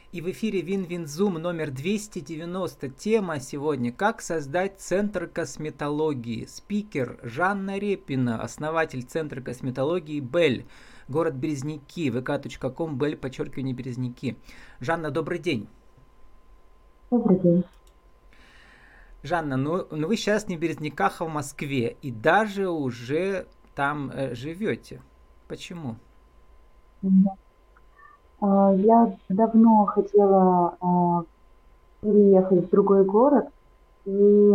И в эфире Винвинзум номер 290. Тема сегодня «Как создать центр косметологии». Спикер Жанна Репина, основатель центра косметологии «Бель». Город Березники, vk.com, Бель, подчеркивание, Березники. Жанна, добрый день. Добрый день. Жанна, ну вы сейчас не в Березниках, а в Москве. И даже уже там живете. Почему? Мгм. Я давно хотела переехать в другой город и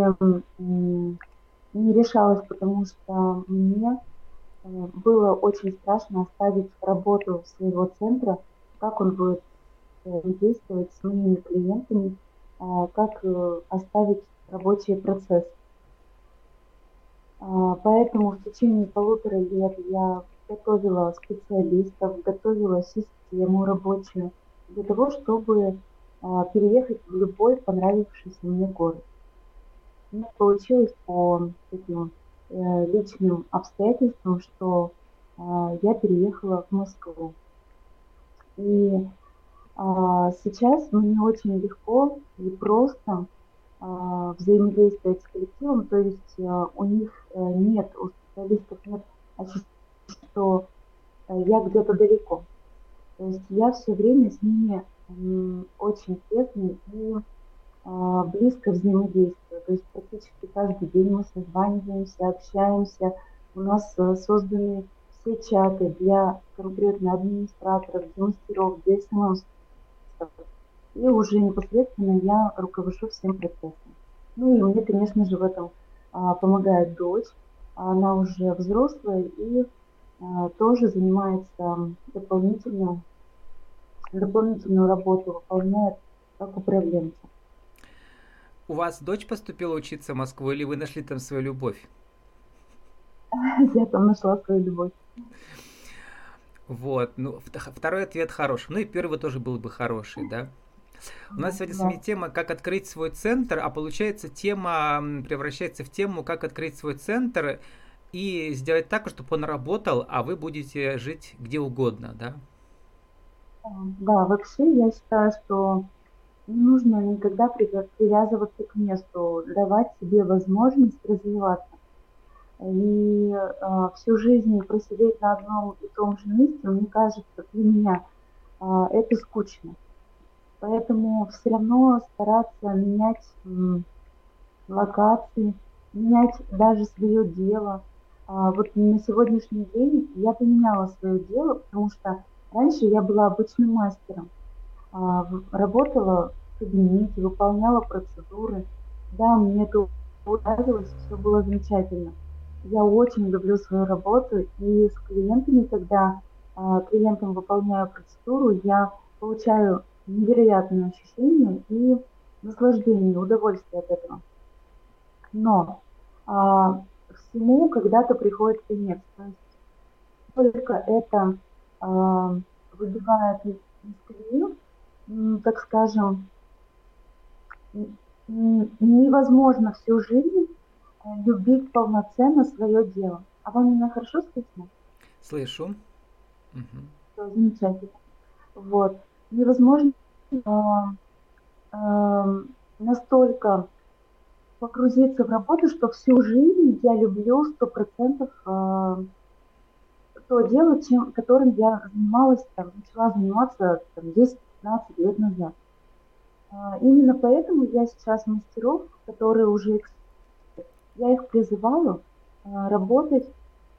не решалась, потому что мне было очень страшно оставить работу своего центра, как он будет действовать с моими клиентами, как оставить рабочий процесс. Поэтому в течение 1,5 лет я готовила специалистов, готовила систему рабочую для того, чтобы переехать в любой понравившийся мне город. У меня получилось по таким личным обстоятельствам, что я переехала в Москву. И сейчас мне очень легко и просто взаимодействовать с коллективом, то есть у них нет, у специалистов нет ощущения, что я где-то далеко. То есть я все время с ними очень тесно и близко взаимодействую. То есть практически каждый день мы созваниваемся, общаемся. У нас созданы все чаты для конкретно администраторов, для мастеров, для СММ. И уже непосредственно я руковожу всем процессом. Ну и мне, конечно же, в этом помогает дочь. Она уже взрослая и тоже занимается дополнительную работу выполняет как управленца. У вас дочь поступила учиться в Москву или вы нашли там свою любовь? Я там нашла свою любовь. Вот, ну, второй ответ хороший. Ну и первый тоже был бы хороший, да? У нас сегодня с Да. вами тема «Как открыть свой центр», а получается тема превращается в тему «Как открыть свой центр» и сделать так, чтобы он работал, а вы будете жить где угодно, да? Да, вообще я считаю, что не нужно никогда привязываться к месту, давать себе возможность развиваться. И всю жизнь просидеть на одном и том же месте, мне кажется, для меня это скучно. Поэтому все равно стараться менять локации, менять даже свое дело. Вот на сегодняшний день я поменяла свое дело, потому что раньше я была обычным мастером, работала в кабинете, выполняла процедуры. Да, мне это нравилось, все было замечательно. Я очень люблю свою работу, и с клиентами, когда клиентам выполняю процедуру, я получаю невероятное ощущение и наслаждение, удовольствие от этого. Но всему когда-то приходит конец. То есть только это а, выбивает из колеи, так скажем, невозможно всю жизнь любить полноценно свое дело. А вам меня хорошо слышно? Слышу. Мгм. Всё замечательно. Вот. Невозможно а, настолько погрузиться в работу, что всю жизнь я люблю 100% то дело, которым я занималась, там, начала заниматься там, 10-15 лет назад. Именно поэтому я сейчас мастеров, которые уже, я их призываю работать,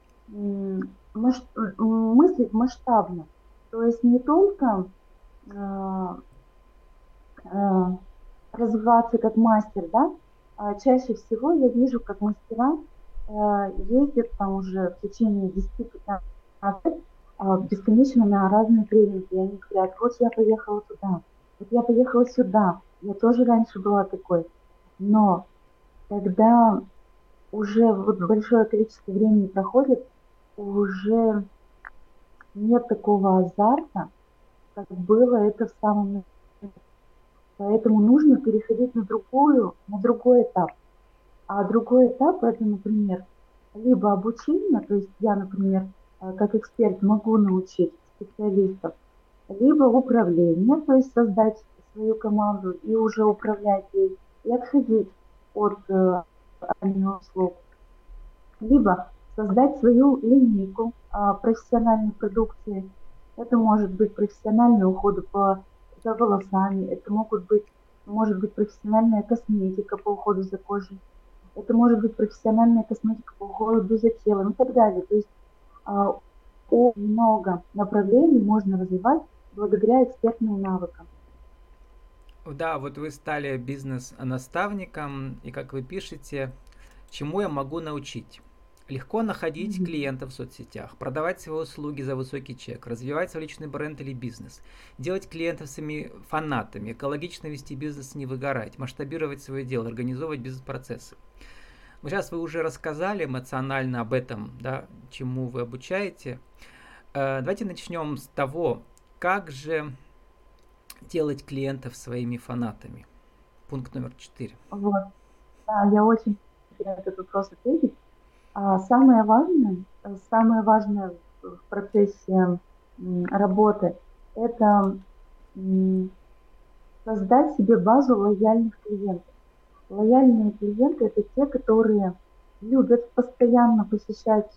мыслить масштабно. То есть не только а, а, развиваться как мастер, да, чаще всего я вижу, как мастера ездят там уже в течение 10-15 лет бесконечно на разные тренинги. И они говорят, вот я поехала туда, вот я поехала сюда. Я тоже раньше была такой. Но когда уже вот большое количество времени проходит, уже нет такого азарта, как было это в самом начале. Поэтому нужно переходить на другой этап. А другой этап это, например, либо обучение, то есть я, например, как эксперт могу научить специалистов, либо управление, то есть создать свою команду и уже управлять ей, и отходить от услуг, либо создать свою линейку профессиональной продукции. Это может быть профессиональный уход за волосами, это может быть профессиональная косметика по уходу за кожей, это может быть профессиональная косметика по уходу за телом и так далее. То есть а, очень много направлений можно развивать благодаря экспертным навыкам. Да, вот вы стали бизнес-наставником, и как вы пишете, чему я могу научить? Легко находить Мгм. клиентов в соцсетях, продавать свои услуги за высокий чек, развивать свой личный бренд или бизнес, делать клиентов своими фанатами, экологично вести бизнес, не выгорать, масштабировать свое дело, организовывать бизнес-процессы. Вот сейчас вы уже рассказали эмоционально об этом, да, чему вы обучаете. Давайте начнем с того, как же делать клиентов своими фанатами. Пункт номер 4. Вот. Да, я очень хотела на этот вопрос ответить. Самое важное в процессе работы – это м, создать себе базу лояльных клиентов. Лояльные клиенты – это те, которые любят постоянно посещать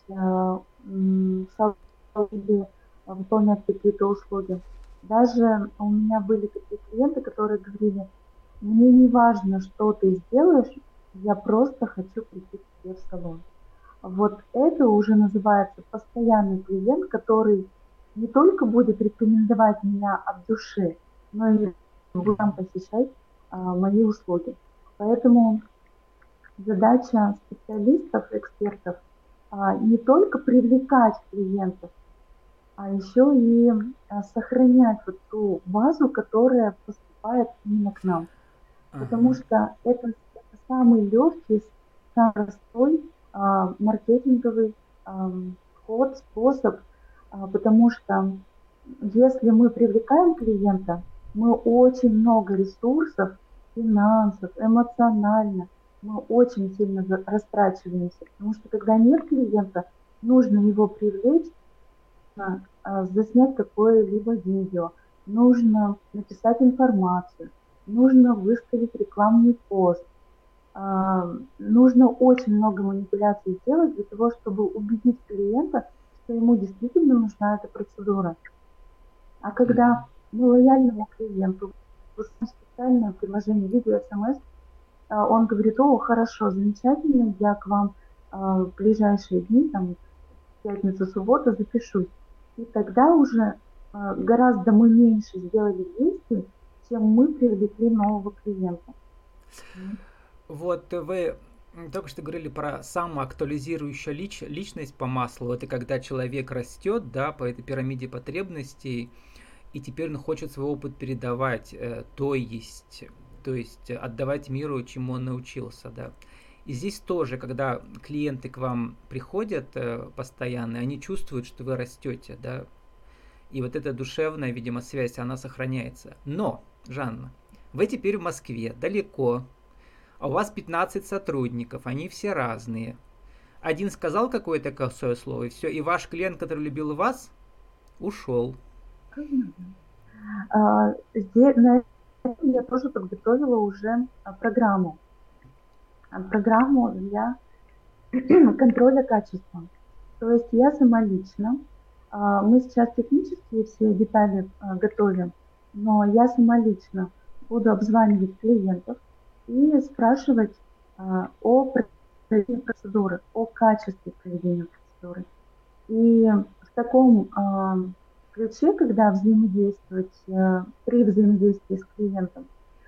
салоны, выполнять какие-то услуги. Даже у меня были такие клиенты, которые говорили, мне не важно, что ты сделаешь, я просто хочу прийти к тебе в салон. Вот это уже называется постоянный клиент, который не только будет рекомендовать меня от души, но и будет сам посещать мои услуги. Поэтому задача специалистов, экспертов не только привлекать клиентов, а еще и сохранять вот ту базу, которая поступает именно к нам. Потому Ага. что это самый легкий, самый простой маркетинговый ход, способ, потому что если мы привлекаем клиента, мы очень много ресурсов, финансов, эмоционально, мы очень сильно растрачиваемся, потому что когда нет клиента, нужно его привлечь, заснять какое-либо видео, нужно написать информацию, нужно выставить рекламный пост, нужно очень много манипуляций сделать для того, чтобы убедить клиента, что ему действительно нужна эта процедура. А Мгм. когда мы лояльному клиенту выставим специальное приложение видео СМС, он говорит, о, хорошо, замечательно, я к вам в ближайшие дни, там, пятницу, субботу запишусь. И тогда уже гораздо мы меньше сделали действий, чем мы привлекли нового клиента. Вот вы только что говорили про самоактуализирующую личность по маслу. Это когда человек растет, да, по этой пирамиде потребностей, и теперь он хочет свой опыт передавать, то есть отдавать миру, чему он научился, да. И здесь тоже, когда клиенты к вам приходят постоянно, они чувствуют, что вы растете, да, и вот эта душевная, видимо, связь, она сохраняется. Но, Жанна, вы теперь в Москве, далеко, а у вас 15 сотрудников, они все разные. Один сказал какое-то косое слово, и все, и ваш клиент, который любил вас, ушел. На этом я тоже подготовила уже программу для контроля качества. То есть я сама лично, мы сейчас технические все детали готовим, но я сама лично буду обзванивать клиентов и спрашивать о проведении процедуры, о качестве проведения процедуры. И в таком ключе, когда при взаимодействии с клиентом,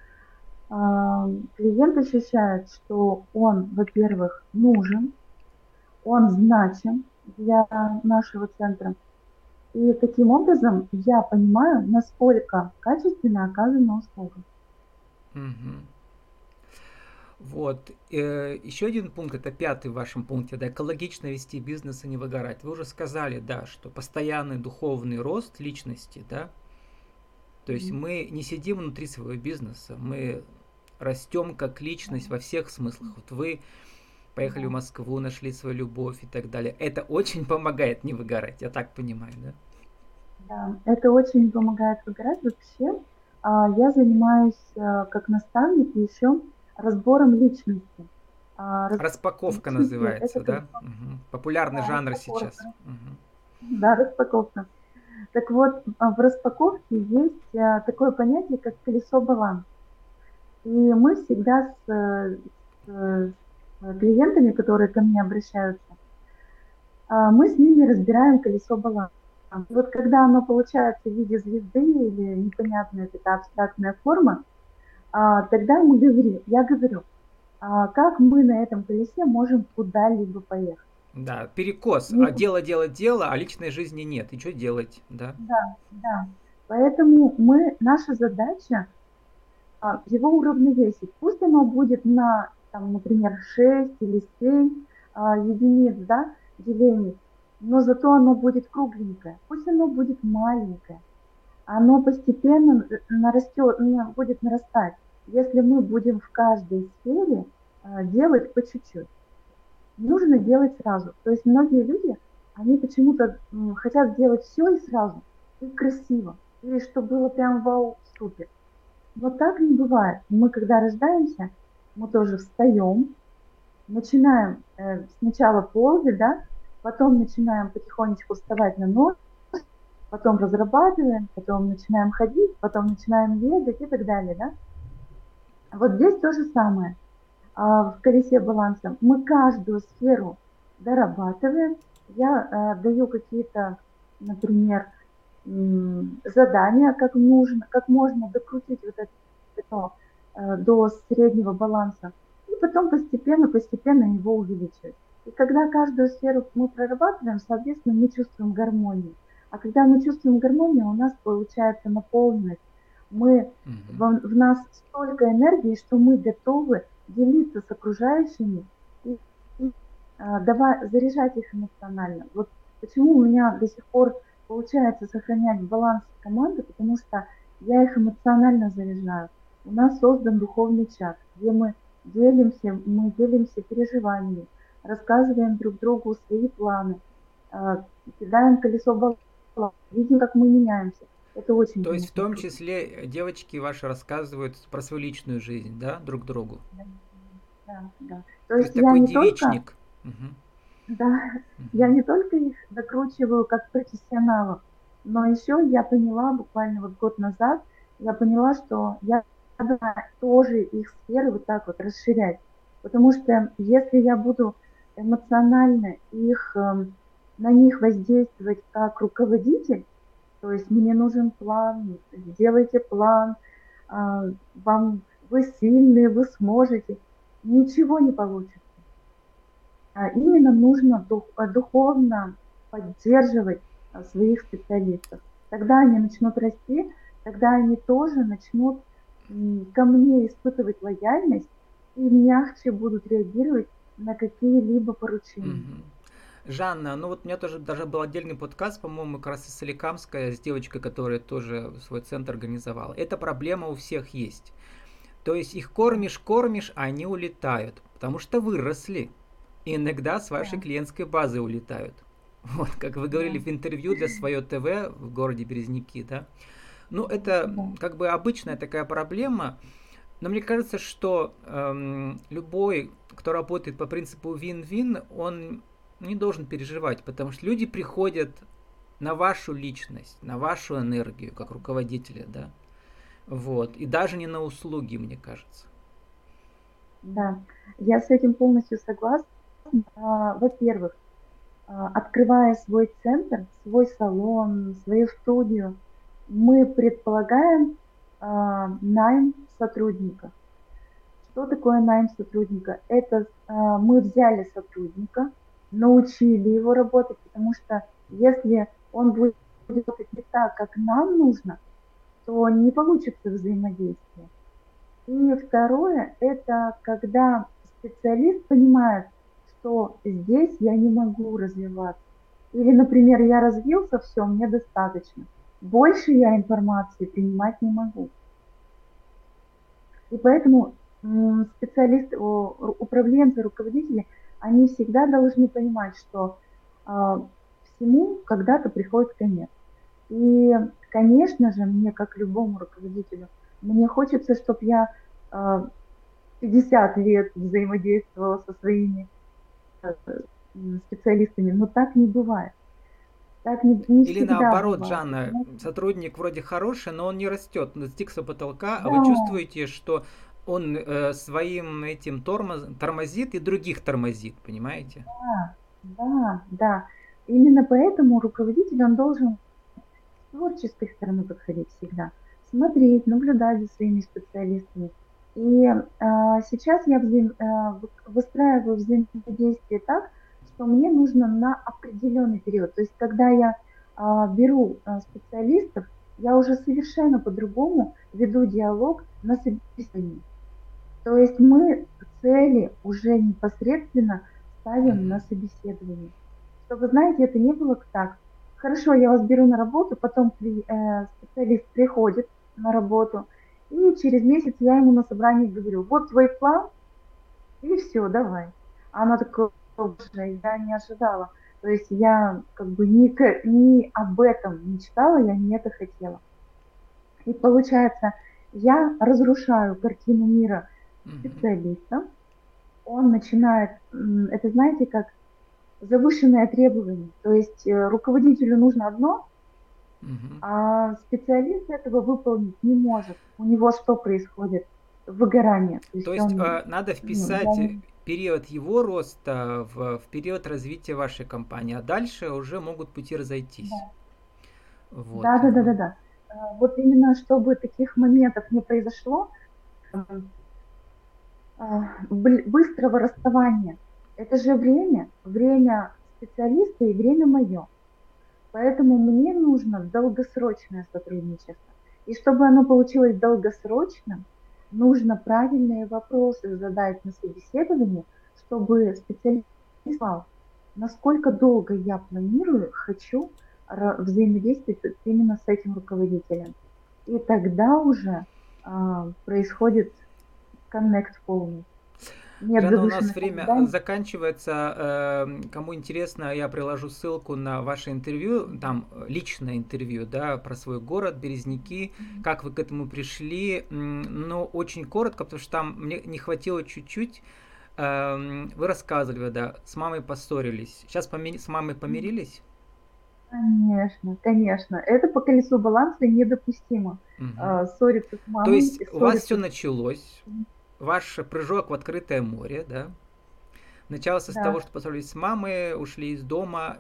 клиент ощущает, что он, во-первых, нужен, он значим для нашего центра. И таким образом я понимаю, насколько качественно оказана услуга. Мгм. Вот. Еще один пункт, это пятый в вашем пункте, да, экологично вести бизнес и не выгорать. Вы уже сказали, да, что постоянный духовный рост личности, да, то есть мы не сидим внутри своего бизнеса, мы растем как личность во всех смыслах. Вот вы поехали в Да. Москву, нашли свою любовь и так далее. Это очень помогает не выгорать, я так понимаю, да? Да, это очень помогает выгорать. Вообще, я занимаюсь как наставник еще разбором личности. Распаковка Личности это называется, да? колесо, Мгм. Популярный да, жанр распаковка. сейчас. Мгм. Да, распаковка. Так вот, в распаковке есть такое понятие, как колесо баланса. И мы всегда с клиентами, которые ко мне обращаются, мы с ними разбираем колесо баланса. Вот когда оно получается в виде звезды или непонятная такая абстрактная форма, тогда я говорю, как мы на этом колесе можем куда-либо поехать. Да, перекос. А Никуда. дело, дело, дело, а личной жизни нет. И что делать, да? Да, да. Поэтому наша задача его уравновесить. Пусть оно будет на, там, например, 6 или 7 единиц, да, делений, но зато оно будет кругленькое. Пусть оно будет маленькое. Оно постепенно нарастет, будет нарастать, если мы будем в каждой сфере делать по чуть-чуть. Нужно делать сразу. То есть многие люди, они почему-то хотят сделать все и сразу, и красиво, и чтобы было прям вау, супер. Но так не бывает. Мы, когда рождаемся, мы тоже встаем, начинаем сначала ползать, да, потом начинаем потихонечку вставать на ноги, потом разрабатываем, потом начинаем ходить, потом начинаем бегать и так далее, да. Вот здесь то же самое. В колесе баланса мы каждую сферу дорабатываем. Я даю какие-то, например, задания, как нужно, как можно докрутить вот это до среднего баланса, и потом постепенно его увеличивать. И когда каждую сферу мы прорабатываем, соответственно, мы чувствуем гармонию. А когда мы чувствуем гармонию, у нас получается наполненность. Мгм. В нас столько энергии, что мы готовы делиться с окружающими и давай, заряжать их эмоционально. Вот почему у меня до сих пор получается сохранять баланс команды, потому что я их эмоционально заряжаю. У нас создан духовный чат, где мы делимся переживаниями, рассказываем друг другу свои планы, кидаем колесо баланса, видим, как мы меняемся. Это очень, То есть в конечно, том круто. числе девочки ваши рассказывают про свою личную жизнь, да, друг другу. Да, да, да. То То есть есть я такой не только девичник. Мгм. Да, я Мгм. не только их докручиваю как профессионалов, но еще я поняла буквально вот год назад, я поняла, что я должна тоже их сферы вот так вот расширять. Потому что если я буду эмоционально на них воздействовать как руководитель, то есть мне нужен план, сделайте план, вы сильные, вы сможете, ничего не получится. Именно нужно духовно поддерживать своих специалистов. Тогда они начнут расти, тогда они тоже начнут ко мне испытывать лояльность и мягче будут реагировать на какие-либо поручения. Мгм. Жанна, ну вот у меня тоже даже был отдельный подкаст, по-моему, как раз из Соликамская, с девочкой, которая тоже свой центр организовала. Эта проблема у всех есть. То есть их Да, кормишь, кормишь, а они улетают, потому что выросли. И иногда с вашей да, клиентской базы улетают. Вот, как вы говорили да, в интервью для своего ТВ в городе Березники, да? Ну, это да, как бы обычная такая проблема, но мне кажется, что любой, кто работает по принципу win-win, он не должен переживать, потому что люди приходят на вашу личность, на вашу энергию, как руководителя, да, вот, и даже не на услуги, мне кажется. да. Я с этим полностью согласна. Во-первых, открывая свой центр, свой салон, свою студию, мы предполагаем найм сотрудника. Что такое найм сотрудника? Это мы взяли сотрудника, научили его работать, потому что если он будет работать не так, как нам нужно, то не получится взаимодействие. И второе, это когда специалист понимает, что здесь я не могу развиваться. Или, например, я развился, все, мне достаточно. Больше я информации принимать не могу. И поэтому управленцы, руководители, они всегда должны понимать, что всему когда-то приходит конец. И, конечно же, мне, как любому руководителю, мне хочется, чтобы я 50 лет взаимодействовала со своими специалистами, но так не бывает. Так не Или всегда наоборот, бывает. Жанна, Понимаете? сотрудник вроде хороший, но он не растет, достиг своего потолка, а Да, вы чувствуете, что он своим этим тормозит и других тормозит, понимаете? да, да. Именно поэтому руководитель, он должен с творческой стороны подходить всегда. Смотреть, наблюдать за своими специалистами. И сейчас я выстраиваю взаимодействие так, что мне нужно на определенный период. То есть, когда я беру специалистов, я уже совершенно по-другому веду диалог на собеседовании. То есть мы цели уже непосредственно ставим на Мгм. собеседовании. Чтобы, знаете, это не было так. Хорошо, я вас беру на работу, потом специалист приходит на работу, и через месяц я ему на собрании говорю, вот твой план, и все, давай. А она такая, боже, я не ожидала. То есть я как бы не об этом мечтала, я не это хотела. И получается, я разрушаю картину мира Мгм. специалиста, он начинает, это знаете, как завышенное требование. То есть руководителю нужно одно, Мгм. а специалист этого выполнить не может. У него что происходит? Выгорание. То То есть есть он, надо ну, вписать период его роста в период развития вашей компании, а дальше уже могут пути разойтись. Вот. да, да, да, да, да. Вот именно чтобы таких моментов не произошло, быстрого расставания. Это же время специалиста и время мое. Поэтому мне нужно долгосрочное сотрудничество. И чтобы оно получилось долгосрочным, нужно правильные вопросы задать на собеседовании, чтобы специалист знал, насколько долго я планирую, хочу взаимодействовать именно с этим руководителем. И тогда уже происходит коннект полный. Нет Жанна, у нас завышенных время ожиданий. заканчивается. Кому интересно, я приложу ссылку на ваше интервью, там личное интервью, да, про свой город, Березники, как вы к этому пришли. Но очень коротко, потому что там мне не хватило чуть-чуть. Вы рассказывали, да, с мамой поссорились. Сейчас с мамой помирились? Конечно, конечно. Это по колесу баланса недопустимо. Мгм. Ссориться с То мамой есть и у вас все ссориться с... началось, ваш прыжок в открытое море, да, начался с того, Да, что поссорились с мамой, ушли из дома,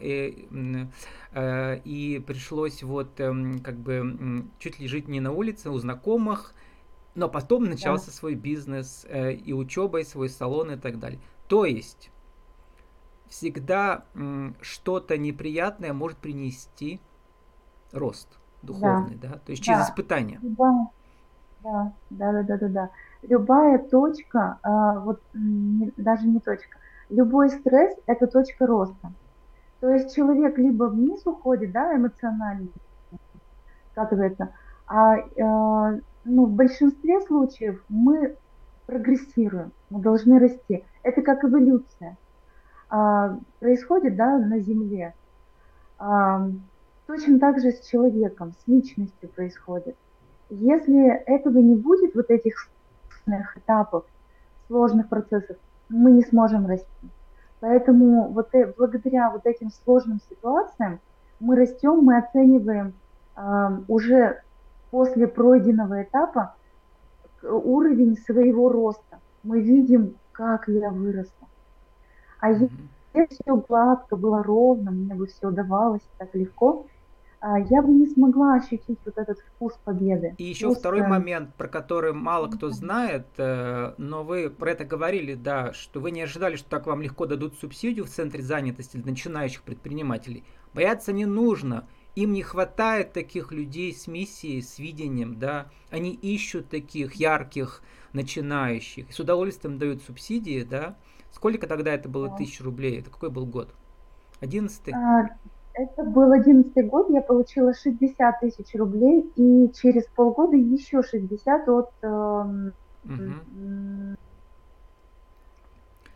и пришлось вот как бы чуть ли жить не на улице, у знакомых, но потом да, начался свой бизнес и учеба, и свой салон и так далее. То есть всегда что-то неприятное может принести рост да, духовный, да, то есть через да. испытания. Любая, да, да, да, да, да, да. Любая точка, вот даже не точка, любой стресс– это точка роста. То есть человек либо вниз уходит, да, эмоционально скатывается, ну, в большинстве случаев мы прогрессируем, мы должны расти. Это как эволюция. Происходит, да, на Земле. А, Точно так же с человеком, с личностью происходит. Если этого не будет, вот этих сложных этапов, сложных процессов, мы не сможем расти. Поэтому благодаря вот этим сложным ситуациям мы растем, мы оцениваем уже после пройденного этапа уровень своего роста. Мы видим, как я выросла. А если Мгм. все гладко, было ровно, мне бы все удавалось так легко, я бы не смогла ощутить вот этот вкус победы, И еще вкус... второй момент, про который мало кто знает, но вы про это говорили, да, что вы не ожидали, что так вам легко дадут субсидию в центре занятости для начинающих предпринимателей. Бояться не нужно. Им не хватает таких людей с миссией, с видением, да. Они ищут таких ярких начинающих. С удовольствием дают субсидии, да. Сколько тогда это было 1000 рублей? Это какой был год? 11-й? А, Это был 11-й год, я получила 60 тысяч рублей, и через полгода еще 60 от Угу.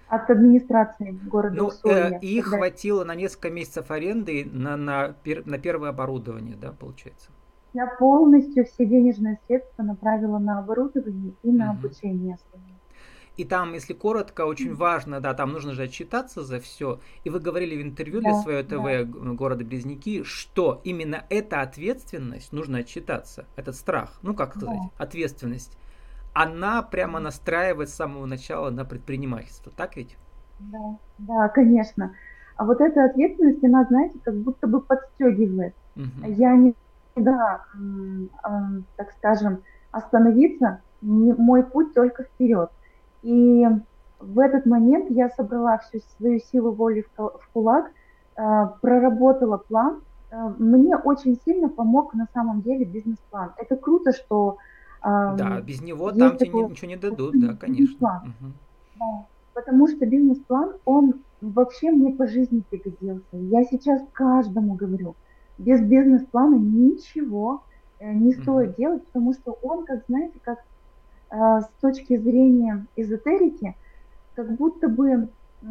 от администрации города Ну, Усолья. их Когда хватило на несколько месяцев аренды на первое оборудование, да, получается. я полностью все денежные средства направила на оборудование и на Мгм. обучение своему. И там, если коротко, очень важно, да, там нужно же отчитаться за все. И вы говорили в интервью для Да, своего да, ТВ города Близнеки, что именно эта ответственность, нужно отчитаться, этот страх, ну как сказать, да, ответственность, она прямо да, настраивает с самого начала на предпринимательство, так ведь? да, да, конечно. А вот эта ответственность, она, знаете, как будто бы подстегивает. Мгм. Я не да, так скажем, остановиться, мой путь только вперед. И в этот момент я собрала всю свою силу воли в кулак, проработала план. Мне очень сильно помог на самом деле бизнес-план. Это круто, что Да, без него там есть тебе такой ничего не дадут, да, конечно. бизнес-план. Мгм. Да, потому что бизнес-план, он вообще мне по жизни пригодился. Я сейчас каждому говорю, без бизнес-плана ничего не Мгм. стоит делать, потому что он, как знаете, как с точки зрения эзотерики, как будто бы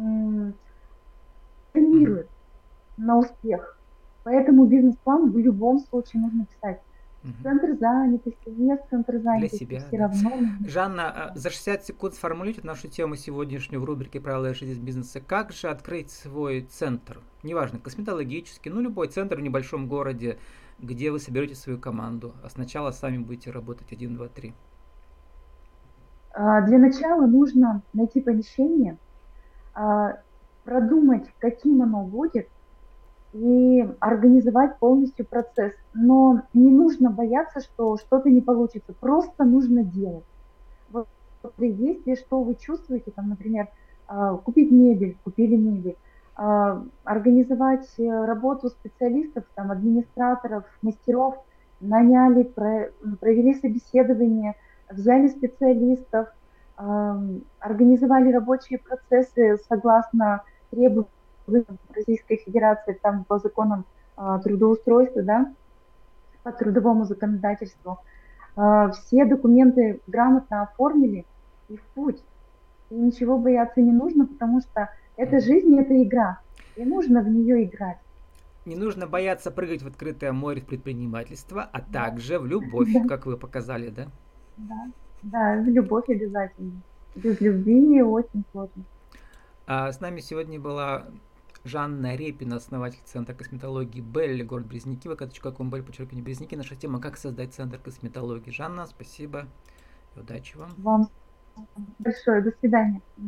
Мгм. тренирует на успех. Поэтому бизнес-план в любом случае нужно писать. Мгм. Центр занятости, нет центра Для занятости, себя, все да. равно нужно Жанна, писать. за 60 секунд сформулируйте нашу тему сегодняшнюю в рубрике «Правила жизни бизнеса». Как же открыть свой центр? Неважно, косметологический, ну любой центр в небольшом городе, где вы соберете свою команду. А сначала сами будете работать один, два, три. Для начала нужно найти помещение, а, продумать, каким оно будет, и организовать полностью процесс. Но не нужно бояться, что что-то не получится. Просто нужно делать. Вот при действии, что вы чувствуете, там, например, купить мебель, купили мебель, организовать работу специалистов, там, администраторов, мастеров, наняли, провели собеседование, взяли специалистов, организовали рабочие процессы согласно требованиям Российской Федерации, там по законам трудоустройства, да, по трудовому законодательству. Все документы грамотно оформили и в путь. И ничего бояться не нужно, потому что это Мгм. жизнь, это игра. И нужно в нее играть. Не нужно бояться прыгать в открытое море в предпринимательство, а Да, также в любовь, да, как вы показали, да? да, да, любовь обязательно. Без любви очень сложно. С нами сегодня была Жанна Репина, основатель Центра косметологии Белли, город Березники, vk.com, Бель, подчеркивание Березники. Наша тема «Как создать Центр косметологии». Жанна, спасибо и удачи вам. Вам большое. До свидания.